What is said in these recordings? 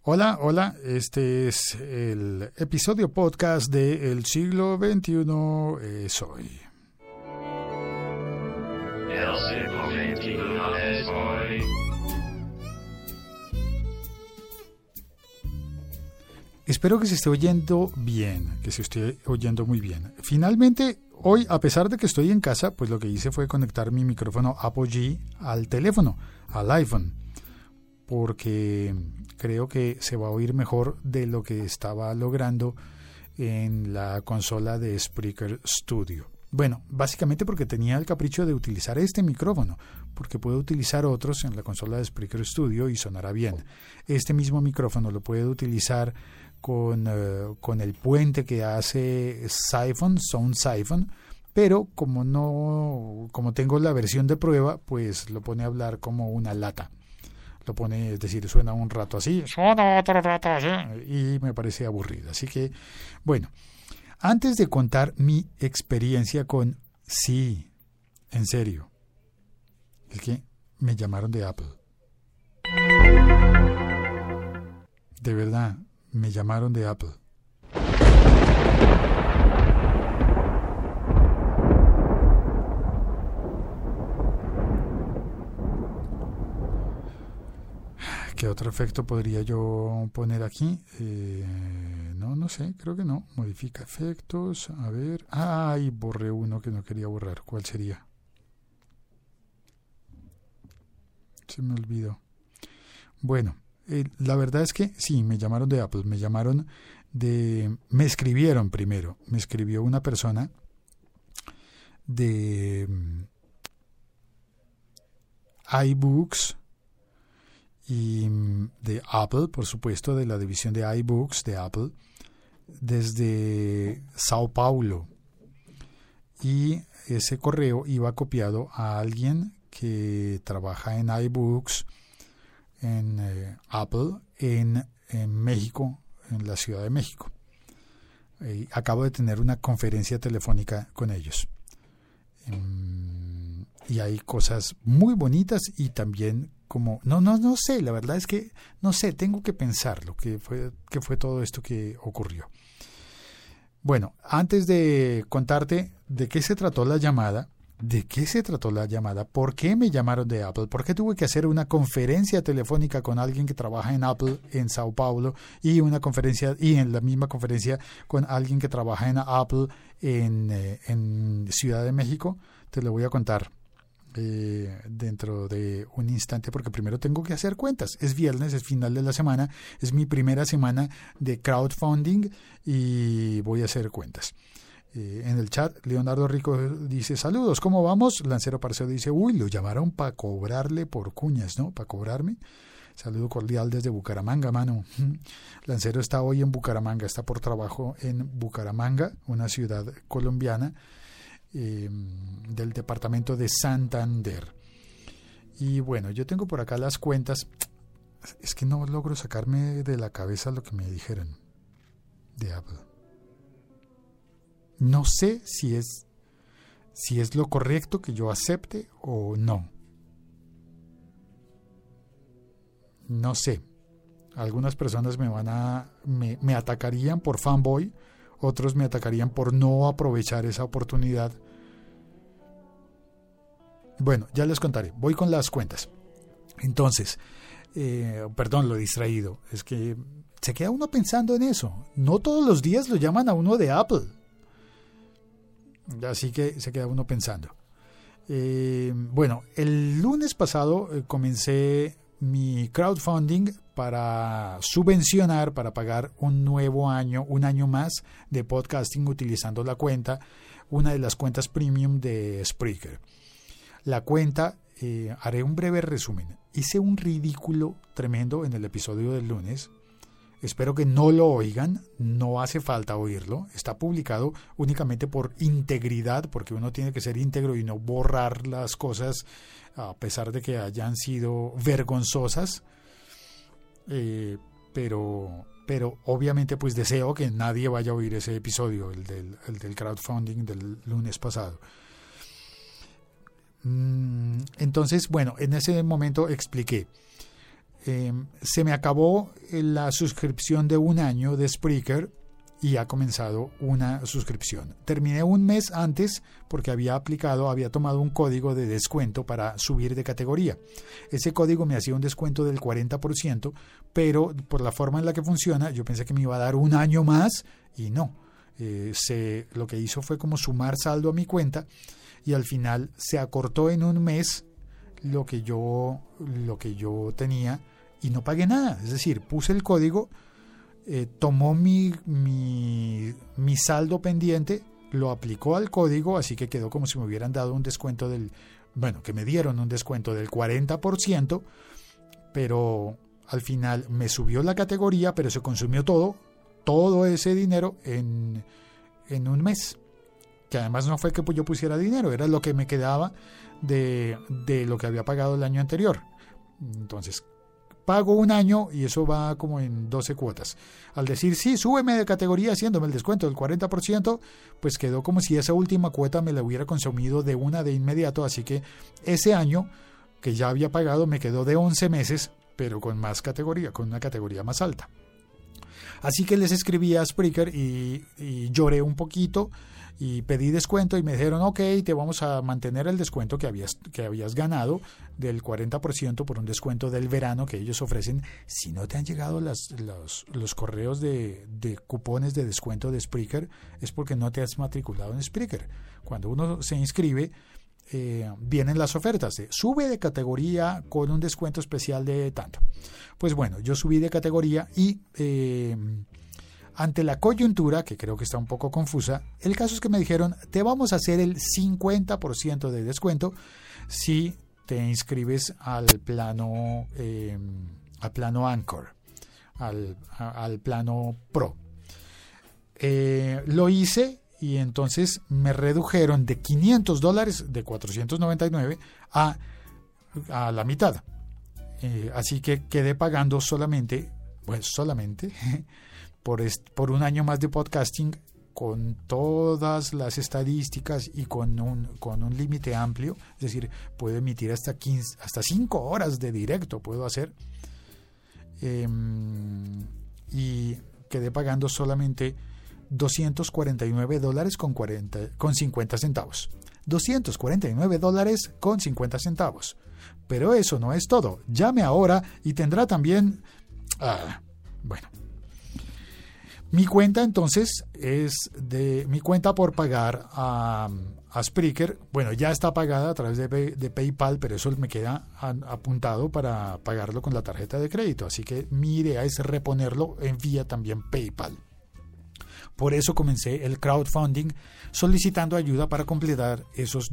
Hola, hola, este es el episodio podcast de El siglo XXI es hoy. El siglo XXI es hoy. Espero que se esté oyendo bien, que se esté oyendo muy bien. Finalmente, hoy, a pesar de que estoy en casa, pues lo que hice fue conectar mi micrófono Apogee al teléfono, al iPhone, porque creo que se va a oír mejor de lo que estaba logrando en la consola de Spreaker Studio. Bueno, básicamente porque tenía el capricho de utilizar este micrófono, porque puedo utilizar otros en la consola de Spreaker Studio y sonará bien. Este mismo micrófono lo puedo utilizar con el puente que hace Sound Siphon, pero como tengo la versión de prueba, pues lo pone a hablar como una lata. Lo pone, es decir, suena un rato así, suena otro rato así, y me parece aburrido. Así que, bueno, antes de contar mi experiencia con... Sí, en serio, es que me llamaron de Apple. De verdad, me llamaron de Apple. ¿Qué otro efecto podría yo poner aquí? No sé, creo que no. Modifica efectos, a ver. ¡Ay! Borré uno que no quería borrar. ¿Cuál sería? Se me olvidó. Bueno, la verdad es que sí, me llamaron de Apple. Me escribieron primero. Me escribió una persona de iBooks y de Apple, por supuesto, de la división de iBooks de Apple, desde Sao Paulo. Y ese correo iba copiado a alguien que trabaja en iBooks, en Apple, en México, en la Ciudad de México. Acabo de tener una conferencia telefónica con ellos. Y hay cosas muy bonitas y también como... No sé, la verdad es que no sé, tengo que pensar lo que fue todo esto que ocurrió. Bueno, antes de contarte de qué se trató la llamada, por qué me llamaron de Apple, por qué tuve que hacer una conferencia telefónica con alguien que trabaja en Apple en Sao Paulo y en la misma conferencia con alguien que trabaja en Apple en Ciudad de México, te lo voy a contar dentro de un instante, porque primero tengo que hacer cuentas. Es viernes, es final de la semana, es mi primera semana de crowdfunding y voy a hacer cuentas. En el chat, Leonardo Rico dice: saludos, ¿cómo vamos? Lancero Parceo dice: uy, lo llamaron para cobrarle por cuñas, ¿no? Para cobrarme. Saludo cordial desde Bucaramanga, mano. Lancero está hoy en Bucaramanga, está por trabajo en Bucaramanga, una ciudad colombiana del departamento de Santander. Y bueno, yo tengo por acá las cuentas. Es que no logro sacarme de la cabeza lo que me dijeron de Apple. No sé si es lo correcto que yo acepte o no. No sé. Algunas personas me atacarían por fanboy, otros me atacarían por no aprovechar esa oportunidad. Bueno, ya les contaré. Voy con las cuentas. Entonces, perdón, lo distraído. Es que se queda uno pensando en eso. No todos los días lo llaman a uno de Apple. Así que se queda uno pensando. Bueno, el lunes pasado comencé mi crowdfunding para subvencionar, para pagar un año más de podcasting utilizando una de las cuentas premium de Spreaker. La cuenta, haré un breve resumen. Hice un ridículo tremendo en el episodio del lunes. Espero que no lo oigan, no hace falta oírlo. Está publicado únicamente por integridad, porque uno tiene que ser íntegro y no borrar las cosas a pesar de que hayan sido vergonzosas. Pero obviamente pues deseo que nadie vaya a oír ese episodio, el del crowdfunding del lunes pasado. Entonces, bueno, en ese momento expliqué. se me acabó la suscripción de un año de Spreaker y ha comenzado una suscripción. Terminé un mes antes porque había tomado un código de descuento para subir de categoría. Ese código me hacía un descuento del 40%, pero por la forma en la que funciona, yo pensé que me iba a dar un año más y no. Lo que hizo fue como sumar saldo a mi cuenta y al final se acortó en un mes lo que yo tenía y no pagué nada. Es decir, puse el código, tomó mi saldo pendiente, lo aplicó al código, así que quedó como si me hubieran dado un descuento que me dieron un descuento del 40%, pero al final me subió la categoría, pero se consumió todo ese dinero en un mes. Que además no fue que yo pusiera dinero, era lo que me quedaba de lo que había pagado el año anterior. Entonces, pago un año y eso va como en 12 cuotas. Al decir, sí, súbeme de categoría haciéndome el descuento del 40%, pues quedó como si esa última cuota me la hubiera consumido de inmediato. Así que ese año que ya había pagado me quedó de 11 meses, pero con más categoría, con una categoría más alta. Así que les escribí a Spreaker y lloré un poquito y pedí descuento y me dijeron, ok, te vamos a mantener el descuento que habías ganado del 40% por un descuento del verano que ellos ofrecen. Si no te han llegado los correos de cupones de descuento de Spreaker, es porque no te has matriculado en Spreaker. Cuando uno se inscribe, vienen las ofertas de sube de categoría con un descuento especial de tanto. Pues bueno, yo subí de categoría y ante la coyuntura, que creo que está un poco confusa, el caso es que me dijeron, te vamos a hacer el 50% de descuento si te inscribes al plano Anchor, al plano Pro. Lo hice y entonces me redujeron de $500, de $499, a la mitad. Así que quedé pagando solamente por un año más de podcasting, con todas las estadísticas y con un límite amplio. Es decir, puedo emitir hasta 5 horas de directo puedo hacer. Y quedé pagando solamente $249 con 50 centavos. $249 con 50 centavos. Pero eso no es todo. Llame ahora y tendrá también... Mi cuenta entonces es mi cuenta por pagar a Spreaker. Bueno, ya está pagada a través de PayPal, pero eso me queda apuntado para pagarlo con la tarjeta de crédito. Así que mi idea es reponerlo en vía también PayPal. Por eso comencé el crowdfunding solicitando ayuda para completar esos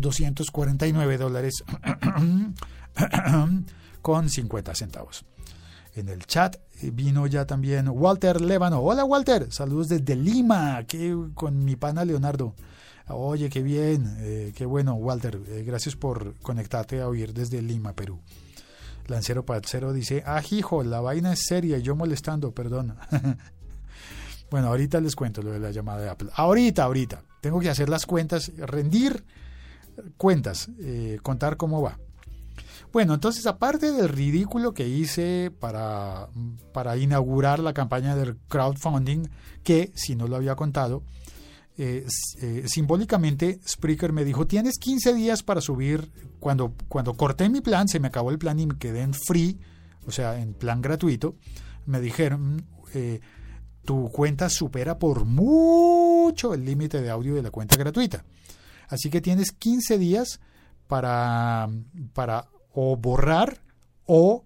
$249 con 50 centavos. En el chat vino ya también Walter Lébano. Hola Walter, saludos desde Lima, con mi pana Leonardo. Oye, qué bien, qué bueno Walter, gracias por conectarte a oír desde Lima, Perú. Lancero Pacero dice, hijo, la vaina es seria y yo molestando, perdón. Bueno, ahorita les cuento lo de la llamada de Apple. Ahorita. Tengo que hacer las cuentas, rendir cuentas, contar cómo va. Bueno, entonces, aparte del ridículo que hice para inaugurar la campaña del crowdfunding, que, si no lo había contado, simbólicamente Spreaker me dijo, tienes 15 días para subir. Cuando corté mi plan, se me acabó el plan y me quedé en free, o sea, en plan gratuito, me dijeron... tu cuenta supera por mucho el límite de audio de la cuenta gratuita. Así que tienes 15 días para o borrar o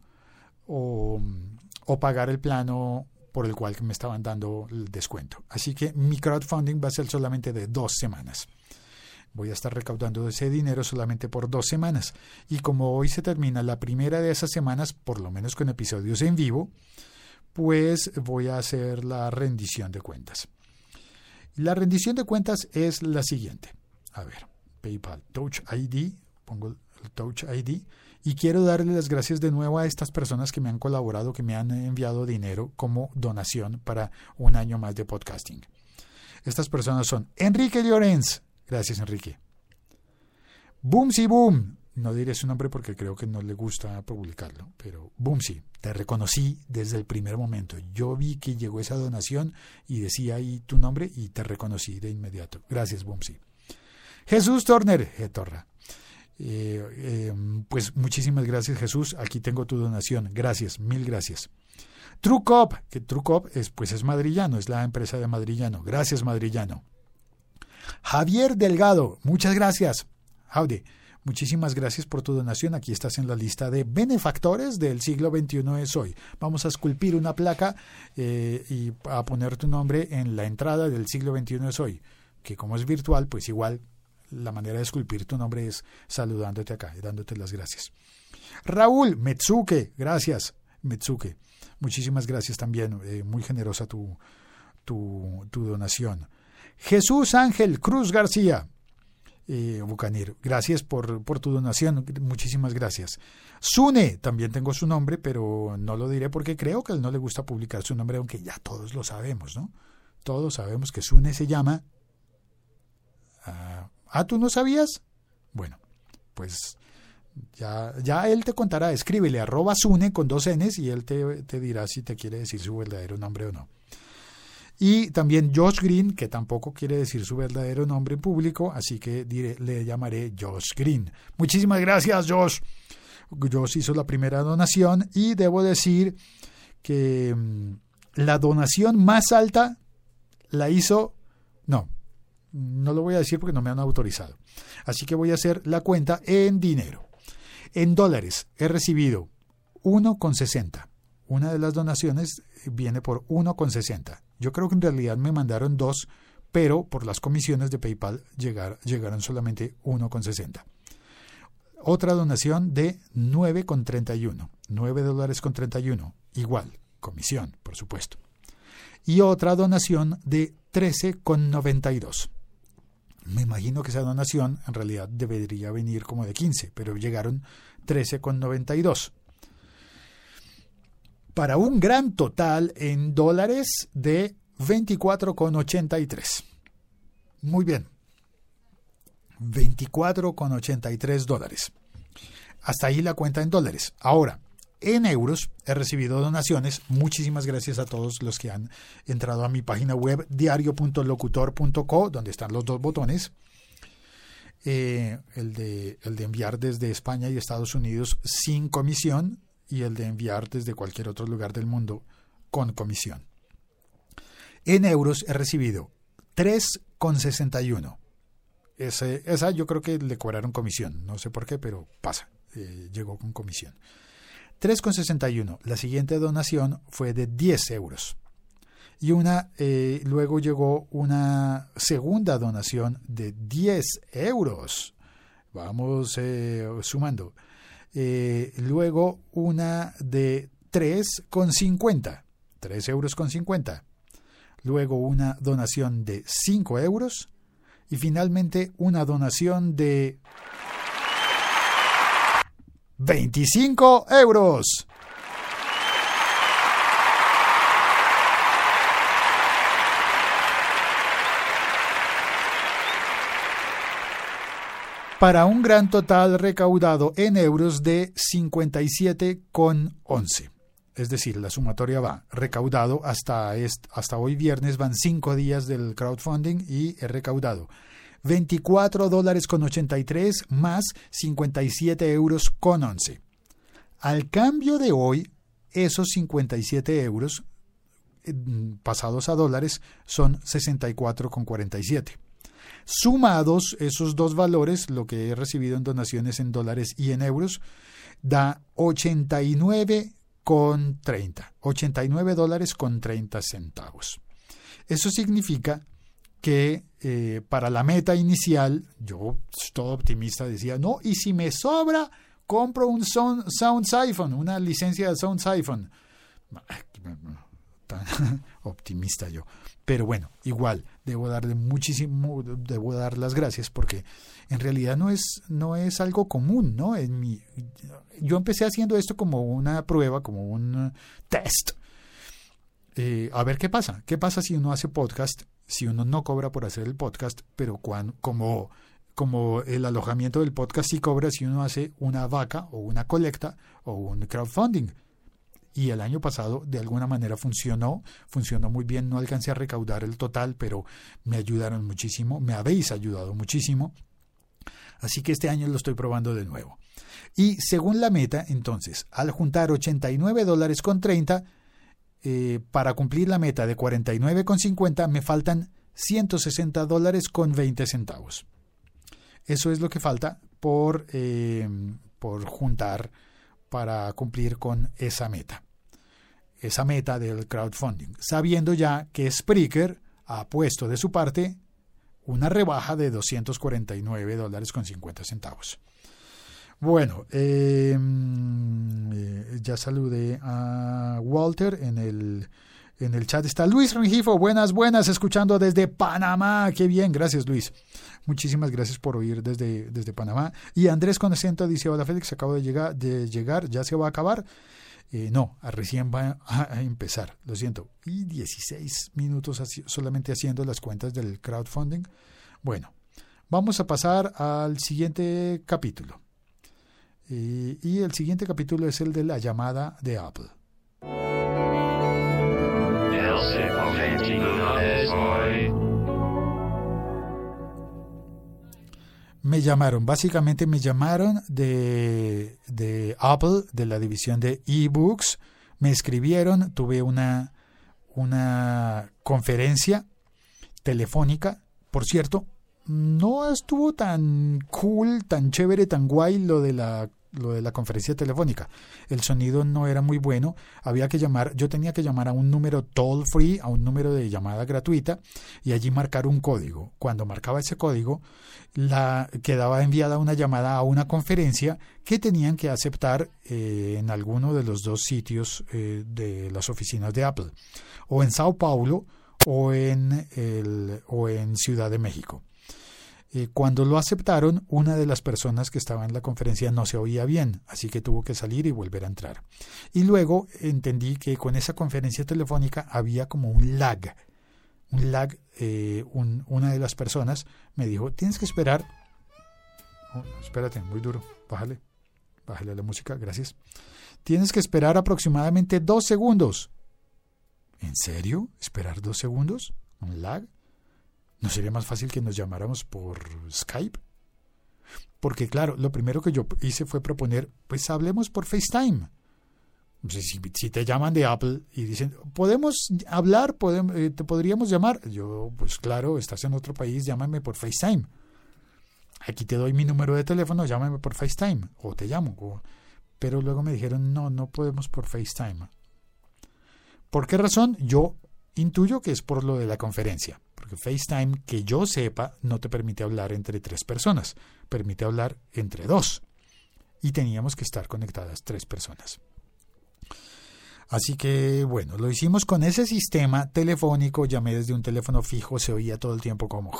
pagar el plano por el cual me estaban dando el descuento. Así que mi crowdfunding va a ser solamente de 2 semanas. Voy a estar recaudando ese dinero solamente por 2 semanas. Y como hoy se termina la primera de esas semanas, por lo menos con episodios en vivo, pues voy a hacer la rendición de cuentas. La rendición de cuentas es la siguiente. A ver, PayPal, Touch ID, pongo el Touch ID y quiero darle las gracias de nuevo a estas personas que me han colaborado, que me han enviado dinero como donación para un año más de podcasting. Estas personas son Enrique Llorens, gracias Enrique. Boomsy Boom, No diré su nombre porque creo que no le gusta publicarlo, pero Bumsy, te reconocí desde el primer momento. Yo vi que llegó esa donación y decía ahí tu nombre y te reconocí de inmediato. Gracias, Bumsy. Jesús Turner, Torra. Pues muchísimas gracias, Jesús. Aquí tengo tu donación. Gracias, mil gracias. Trucop, que Trucop es madrillano, es la empresa de Madrillano. Gracias, Madrillano. Javier Delgado, muchas gracias. Jaude, muchísimas gracias por tu donación. Aquí estás en la lista de benefactores del siglo XXI es hoy. Vamos a esculpir una placa y a poner tu nombre en la entrada del siglo XXI es hoy, que como es virtual, pues igual la manera de esculpir tu nombre es saludándote acá y dándote las gracias. Raúl Metsuke, gracias, Metsuke. Muchísimas gracias también, muy generosa tu donación. Jesús Ángel Cruz García, Bucanir, gracias por tu donación, muchísimas gracias. Sune, también tengo su nombre, pero no lo diré porque creo que a él no le gusta publicar su nombre, aunque ya todos lo sabemos, ¿no? Todos sabemos que Sune se llama... ¿tú no sabías? Bueno, pues ya él te contará. Escríbele @Sune con 2 N's y él te dirá si te quiere decir su verdadero nombre o no. Y también Josh Green, que tampoco quiere decir su verdadero nombre en público, así que le llamaré Josh Green. Muchísimas gracias, Josh. Josh hizo la primera donación y debo decir que la donación más alta la hizo... No lo voy a decir porque no me han autorizado. Así que voy a hacer la cuenta en dinero. En dólares he recibido 1,60. Una de las donaciones viene por 1,60. Yo creo que en realidad me mandaron 2, pero por las comisiones de PayPal llegaron solamente 1,60. Otra donación de 9,31. $9.31. Igual, comisión, por supuesto. Y otra donación de 13,92. Me imagino que esa donación en realidad debería venir como de 15, pero llegaron 13,92. Para un gran total en dólares de 24,83. Muy bien. $24,83. Hasta ahí la cuenta en dólares. Ahora, en euros he recibido donaciones. Muchísimas gracias a todos los que han entrado a mi página web diario.locutor.co, donde están los 2 botones. El de enviar desde España y Estados Unidos sin comisión y el de enviar desde cualquier otro lugar del mundo con comisión. En euros he recibido 3,61. Esa yo creo que le cobraron comisión. No sé por qué, pero pasa. Llegó con comisión. 3,61. La siguiente donación fue de 10 euros. Y luego llegó una segunda donación de 10 euros. Vamos sumando. Luego una de 3,50. 3,50 euros. Luego una donación de 5 euros. Y finalmente una donación de 25 euros. Para un gran total recaudado en euros de 57,11. Es decir, la sumatoria va recaudado hasta hoy viernes, van 5 días del crowdfunding y he recaudado $24.83 más 57 euros con 11. Al cambio de hoy, esos 57 euros pasados a dólares son 64,47. Sumados esos dos valores, lo que he recibido en donaciones en dólares y en euros, da 89,30. $89.30. Eso significa que para la meta inicial, yo todo optimista decía, no, y si me sobra, compro un SoundSiphon, una licencia de SoundSiphon. Tan optimista yo. Pero bueno, igual, debo dar las gracias porque en realidad no es algo común, ¿no? Yo empecé haciendo esto como una prueba, como un test. A ver qué pasa. ¿Qué pasa si uno hace podcast? Si uno no cobra por hacer el podcast, pero como como el alojamiento del podcast sí cobra si uno hace una vaca o una colecta o un crowdfunding. Y el año pasado de alguna manera funcionó muy bien. No alcancé a recaudar el total, pero me ayudaron muchísimo, me habéis ayudado muchísimo. Así que este año lo estoy probando de nuevo. Y según la meta, entonces, al juntar $89.30 para cumplir la meta de $49.50, me faltan $160.20. Eso es lo que falta por juntar para cumplir con esa meta del crowdfunding, sabiendo ya que Spreaker ha puesto de su parte una rebaja de $249.50. Bueno, ya saludé a Walter en el chat. Está Luis Rengifo, buenas, escuchando desde Panamá. Qué bien, gracias Luis. Muchísimas gracias por oír desde Panamá. Y Andrés con acento dice, hola Félix, acabo de llegar, ¿ya se va a acabar? No, recién va a empezar, lo siento. Y 16 minutos solamente haciendo las cuentas del crowdfunding. Bueno, vamos a pasar al siguiente capítulo. Y el siguiente capítulo es el de la llamada de Apple. Básicamente me llamaron de Apple, de la división de eBooks, me escribieron, tuve una conferencia telefónica, por cierto, no estuvo tan cool, tan chévere, tan guay lo de la conferencia telefónica. El sonido no era muy bueno, yo tenía que llamar a un número toll free, a un número de llamada gratuita y allí marcar un código. Cuando marcaba ese código, quedaba enviada una llamada a una conferencia que tenían que aceptar en alguno de los dos sitios de las oficinas de Apple, o en Sao Paulo o en Ciudad de México. Cuando lo aceptaron, una de las personas que estaba en la conferencia no se oía bien, así que tuvo que salir y volver a entrar. Y luego entendí que con esa conferencia telefónica había como un lag. Una de las personas me dijo, tienes que esperar. Espérate, muy duro, bájale la música, gracias. Tienes que esperar aproximadamente 2 segundos. ¿En serio? ¿Esperar 2 segundos? ¿Un lag? ¿No sería más fácil que nos llamáramos por Skype? Porque claro, lo primero que yo hice fue proponer, pues hablemos por FaceTime. Si te llaman de Apple y dicen, ¿podemos hablar? ¿Te podríamos llamar? Yo, pues claro, estás en otro país, llámame por FaceTime. Aquí te doy mi número de teléfono, llámame por FaceTime. O te llamo. Pero luego me dijeron, no podemos por FaceTime. ¿Por qué razón? Yo intuyo que es por lo de la conferencia. Porque FaceTime, que yo sepa, no te permite hablar entre 3 personas. Permite hablar entre 2. Y teníamos que estar conectadas 3 personas. Así que, bueno, lo hicimos con ese sistema telefónico. Llamé desde un teléfono fijo. Se oía todo el tiempo como...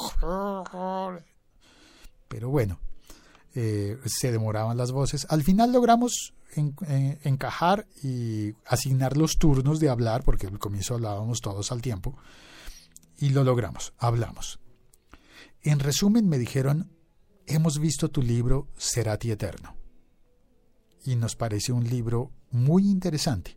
Pero bueno, se demoraban las voces. Al final logramos encajar y asignar los turnos de hablar, porque al comienzo hablábamos todos al tiempo. Y lo logramos, hablamos. En resumen me dijeron, hemos visto tu libro Cerati Eterno. Y nos parece un libro muy interesante.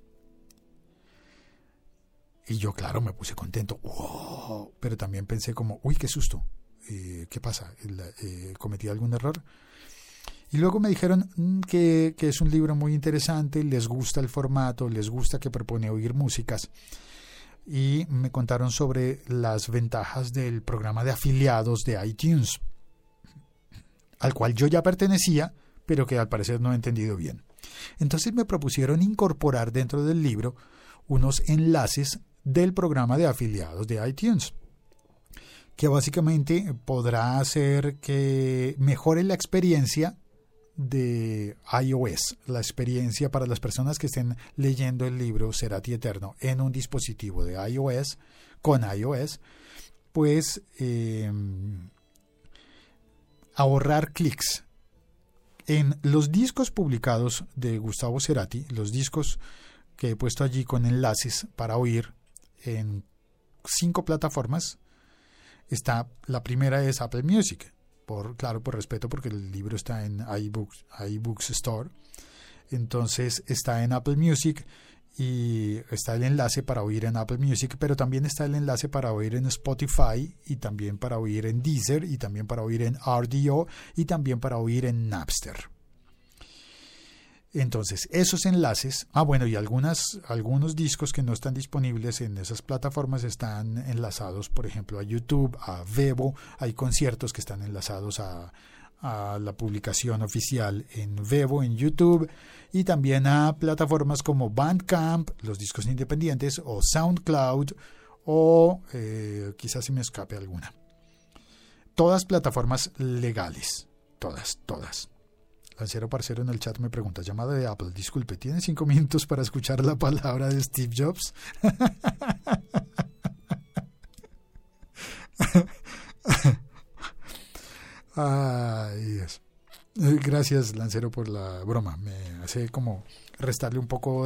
Y yo, claro, me puse contento. ¡Wow! Pero también pensé como, uy, qué susto. ¿Qué pasa? ¿Cometí algún error? Y luego me dijeron que es un libro muy interesante, les gusta el formato, les gusta que propone oír músicas. Y me contaron sobre las ventajas del programa de afiliados de iTunes, al cual yo ya pertenecía, pero que al parecer no he entendido bien. Entonces me propusieron incorporar dentro del libro unos enlaces del programa de afiliados de iTunes, que básicamente podrá hacer que mejore la experiencia de iOS, la experiencia para las personas que estén leyendo el libro Cerati Eterno en un dispositivo de iOS, con iOS, pues ahorrar clics. En los discos publicados de Gustavo Cerati, los discos que he puesto allí con enlaces para oír en 5 plataformas, la primera es Apple Music. por respeto, porque el libro está en iBooks Store. Entonces está en Apple Music y está el enlace para oír en Apple Music, pero también está el enlace para oír en Spotify y también para oír en Deezer y también para oír en RDO y también para oír en Napster. Entonces, esos enlaces, y algunos discos que no están disponibles en esas plataformas están enlazados, por ejemplo, a YouTube, a Vevo. Hay conciertos que están enlazados a la publicación oficial en Vevo, en YouTube, y también a plataformas como Bandcamp, los discos independientes, o SoundCloud, o quizás se me escape alguna. Todas plataformas legales, todas. Lancero Parcero en el chat me pregunta, llamada de Apple, disculpe, ¿tiene 5 minutos para escuchar la palabra de Steve Jobs? Ay, Dios. Gracias, Lancero, por la broma. Me hace como restarle un poco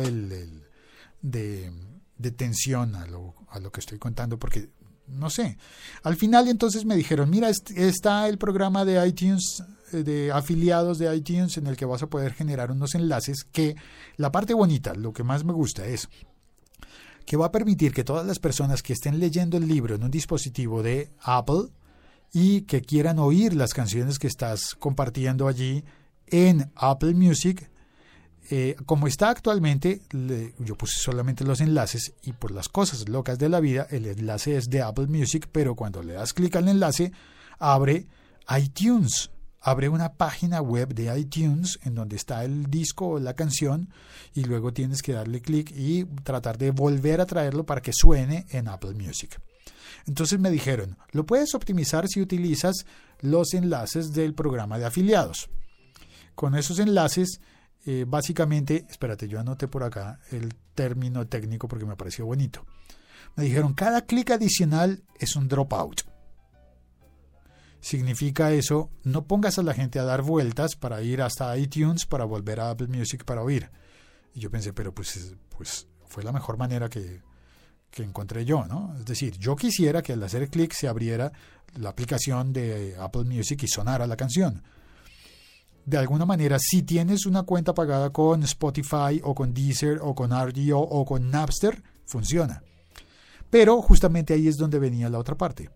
de tensión a lo que estoy contando, porque no sé. Al final entonces me dijeron, mira, está el programa de iTunes, de afiliados de iTunes, en el que vas a poder generar unos enlaces que la parte bonita, lo que más me gusta es que va a permitir que todas las personas que estén leyendo el libro en un dispositivo de Apple y que quieran oír las canciones que estás compartiendo allí en Apple Music, como está actualmente, yo puse solamente los enlaces y por las cosas locas de la vida, el enlace es de Apple Music, pero cuando le das clic al enlace, abre iTunes, abre una página web de iTunes en donde está el disco o la canción y luego tienes que darle clic y tratar de volver a traerlo para que suene en Apple Music. Entonces me dijeron, lo puedes optimizar si utilizas los enlaces del programa de afiliados. Con esos enlaces, básicamente, espérate, yo anoté por acá el término técnico porque me pareció bonito. Me dijeron, cada clic adicional es un dropout. Significa eso, no pongas a la gente a dar vueltas para ir hasta iTunes para volver a Apple Music para oír. Y yo pensé, pero pues fue la mejor manera que encontré yo, ¿no? Es decir, yo quisiera que al hacer clic se abriera la aplicación de Apple Music y sonara la canción. De alguna manera, si tienes una cuenta pagada con Spotify o con Deezer o con RDO o con Napster, funciona. Pero justamente ahí es donde venía la otra parte.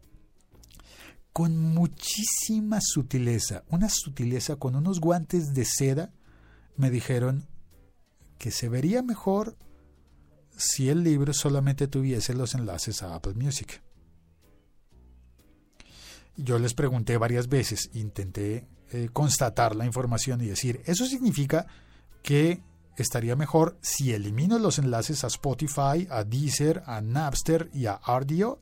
Con muchísima sutileza, una sutileza con unos guantes de seda, me dijeron que se vería mejor si el libro solamente tuviese los enlaces a Apple Music. Yo les pregunté varias veces, intenté constatar la información y decir, ¿eso significa que estaría mejor si elimino los enlaces a Spotify, a Deezer, a Napster y a RDO?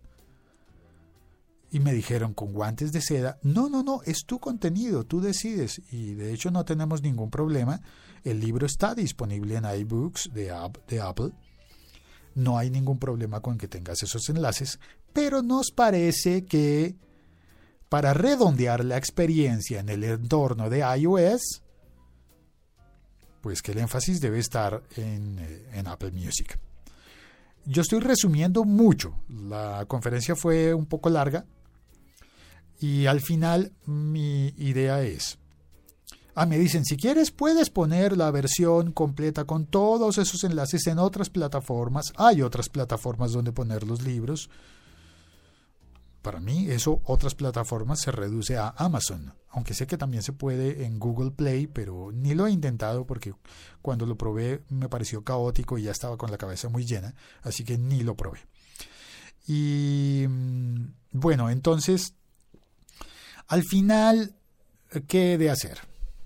Y me dijeron con guantes de seda, no, es tu contenido, tú decides. Y de hecho no tenemos ningún problema. El libro está disponible en iBooks de Apple. No hay ningún problema con que tengas esos enlaces, pero nos parece que para redondear la experiencia en el entorno de iOS, pues que el énfasis debe estar en Apple Music. Yo estoy resumiendo mucho. La conferencia fue un poco larga y al final mi idea es... me dicen, si quieres puedes poner la versión completa con todos esos enlaces en otras plataformas. Hay otras plataformas donde poner los libros. Para mí eso, otras plataformas, se reduce a Amazon. Aunque sé que también se puede en Google Play, pero ni lo he intentado porque cuando lo probé me pareció caótico y ya estaba con la cabeza muy llena. Así que ni lo probé. Y bueno, entonces, al final, ¿qué he de hacer?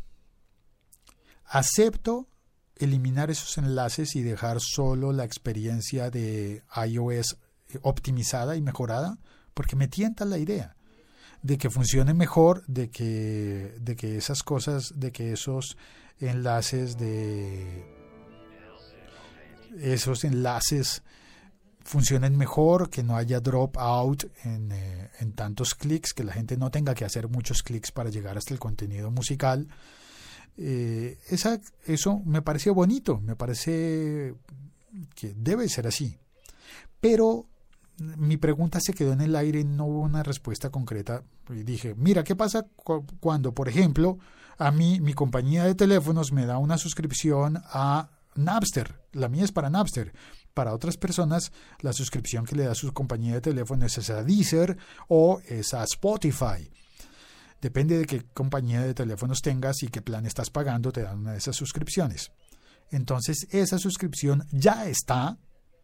Acepto eliminar esos enlaces y dejar solo la experiencia de iOS optimizada y mejorada, porque me tienta la idea de que funcione mejor, de que esas cosas, de que esos enlaces funcionen mejor, que no haya dropout en tantos clics, que la gente no tenga que hacer muchos clics para llegar hasta el contenido musical. Eso me pareció bonito, me parece que debe ser así, pero mi pregunta se quedó en el aire y no hubo una respuesta concreta. Y dije, mira, ¿qué pasa cuando, por ejemplo, a mí mi compañía de teléfonos me da una suscripción a Napster? La mía es para Napster. Para otras personas, la suscripción que le da su compañía de teléfonos es a Deezer o es a Spotify. Depende de qué compañía de teléfonos tengas y qué plan estás pagando, te dan una de esas suscripciones. Entonces, esa suscripción ya está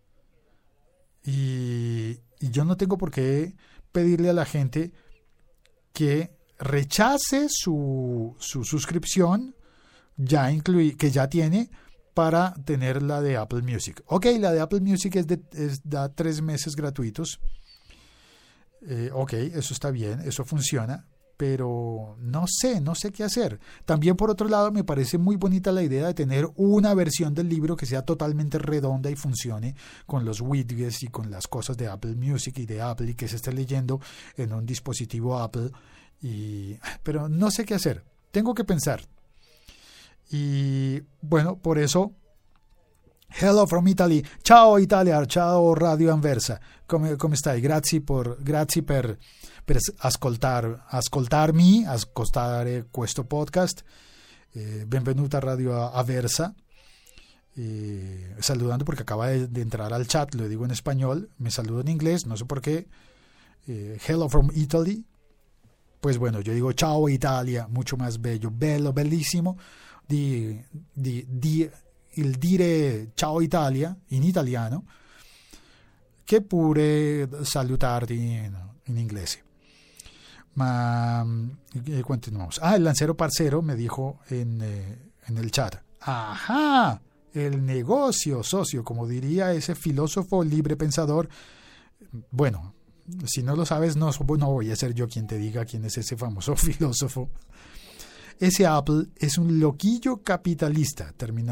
y yo no tengo por qué pedirle a la gente que rechace su suscripción que ya tiene para tener la de Apple Music. Ok, la de Apple Music da 3 meses gratuitos. Ok, eso está bien, eso funciona. Pero no sé qué hacer. También, por otro lado, me parece muy bonita la idea de tener una versión del libro que sea totalmente redonda y funcione con los widgets y con las cosas de Apple Music y de Apple y que se esté leyendo en un dispositivo Apple. Pero no sé qué hacer. Tengo que pensar. Y bueno, por eso... Hello from Italy. Ciao Italia, ciao Radio Anversa. Come stai? Grazie per ascoltare questo podcast. Benvenuta a Radio Aversa. Saludando porque acaba de entrar al chat, lo digo en español, me saludo en inglés, no sé por qué. Hello from Italy. Pues bueno, yo digo ciao Italia, mucho más bello, bello, bellissimo. Il dire ciao Italia in italiano che pure salutarti in inglese. Ma continuamos. El Lancero Parcero me dijo en el chat, ajá, el negocio, socio, como diría ese filósofo libre pensador. Bueno, si no lo sabes, no voy a ser yo quien te diga quién es ese famoso filósofo. Ese Apple es un loquillo capitalista, termina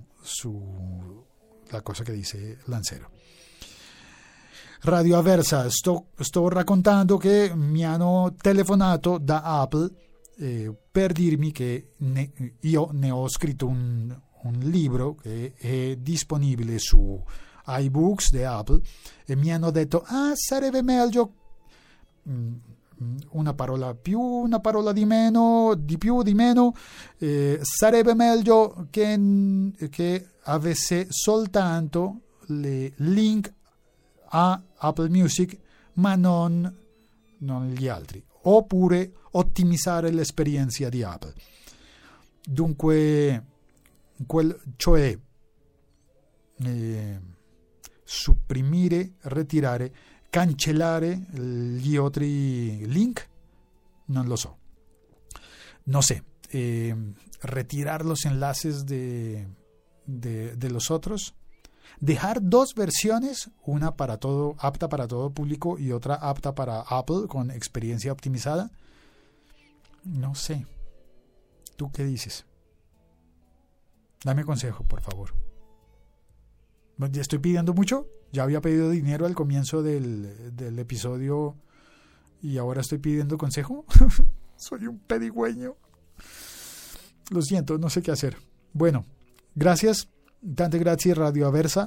la cosa que dice Lancero. Radio Aversa, sto raccontando che mi hanno telefonato da Apple per dirmi che io ne ho scritto un libro che è disponibile su iBooks di Apple e mi hanno detto sarebbe meglio una parola più, una parola di meno, di più, di meno, sarebbe meglio che avesse soltanto le link a Apple Music ma non gli altri, oppure ottimizzare l'esperienza di Apple. Dunque cioè supprimere, retirare, cancellare gli altri link, non lo so. No sé, retirar los enlaces de los otros, dejar 2 versiones, una para todo, apta para todo público y otra apta para Apple con experiencia optimizada. No sé. ¿Tú qué dices? Dame consejo, por favor. ¿Ya estoy pidiendo mucho? Ya había pedido dinero al comienzo del episodio y ahora estoy pidiendo consejo. Soy un pedigüeño. Lo siento, no sé qué hacer. Bueno, gracias. Tante grazie Radio Aversa.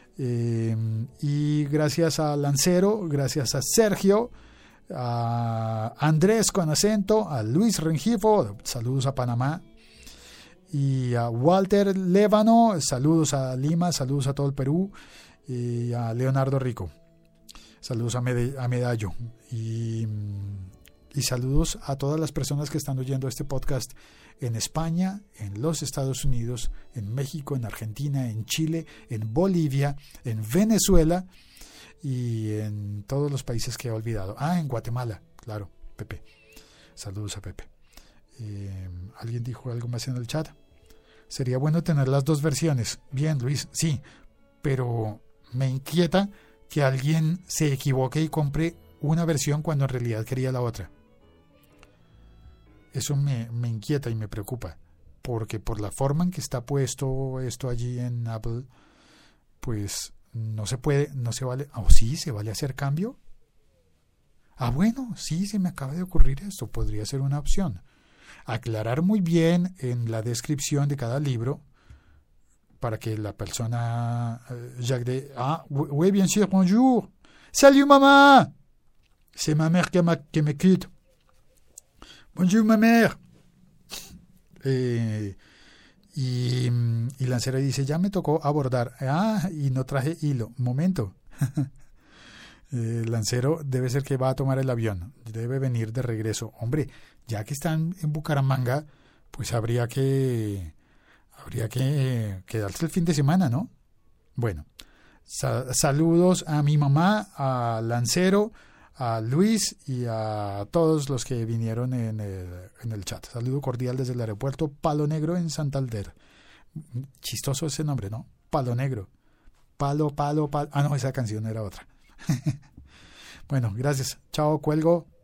Y gracias a Lancero, gracias a Sergio, a Andrés con acento, a Luis Rengifo, saludos a Panamá. Y a Walter Lévano, saludos a Lima, saludos a todo el Perú. Y a Leonardo Rico, saludos a Medallo. Y saludos a todas las personas que están oyendo este podcast en España, en los Estados Unidos, en México, en Argentina, en Chile, en Bolivia, en Venezuela y en todos los países que he olvidado. En Guatemala, claro, Pepe. Saludos a Pepe. ¿Alguien dijo algo más en el chat? Sería bueno tener las 2 versiones. Bien, Luis, sí, pero me inquieta que alguien se equivoque y compre una versión cuando en realidad quería la otra. Eso me inquieta y me preocupa, porque por la forma en que está puesto esto allí en Apple, pues no se vale. Sí, se vale hacer cambio. Bueno, sí, se me acaba de ocurrir esto, podría ser una opción. Aclarar muy bien en la descripción de cada libro para que la persona oui bien sûr, bonjour, Salut mamá. C'est ma mère que me quitte. Bonjour ma mère. Y Lancero dice, ya me tocó abordar. Y no traje hilo. Momento. Lancero debe ser que va a tomar el avión. Debe venir de regreso. Hombre, ya que están en Bucaramanga, pues habría que quedarse el fin de semana, ¿no? Bueno, saludos a mi mamá, a Lancero, a Luis y a todos los que vinieron en el chat. Saludo cordial desde el aeropuerto Palo Negro en Santander. Chistoso ese nombre, ¿no? Palo Negro. Palo. Ah, no, esa canción era otra. Bueno, gracias. Chao, cuelgo.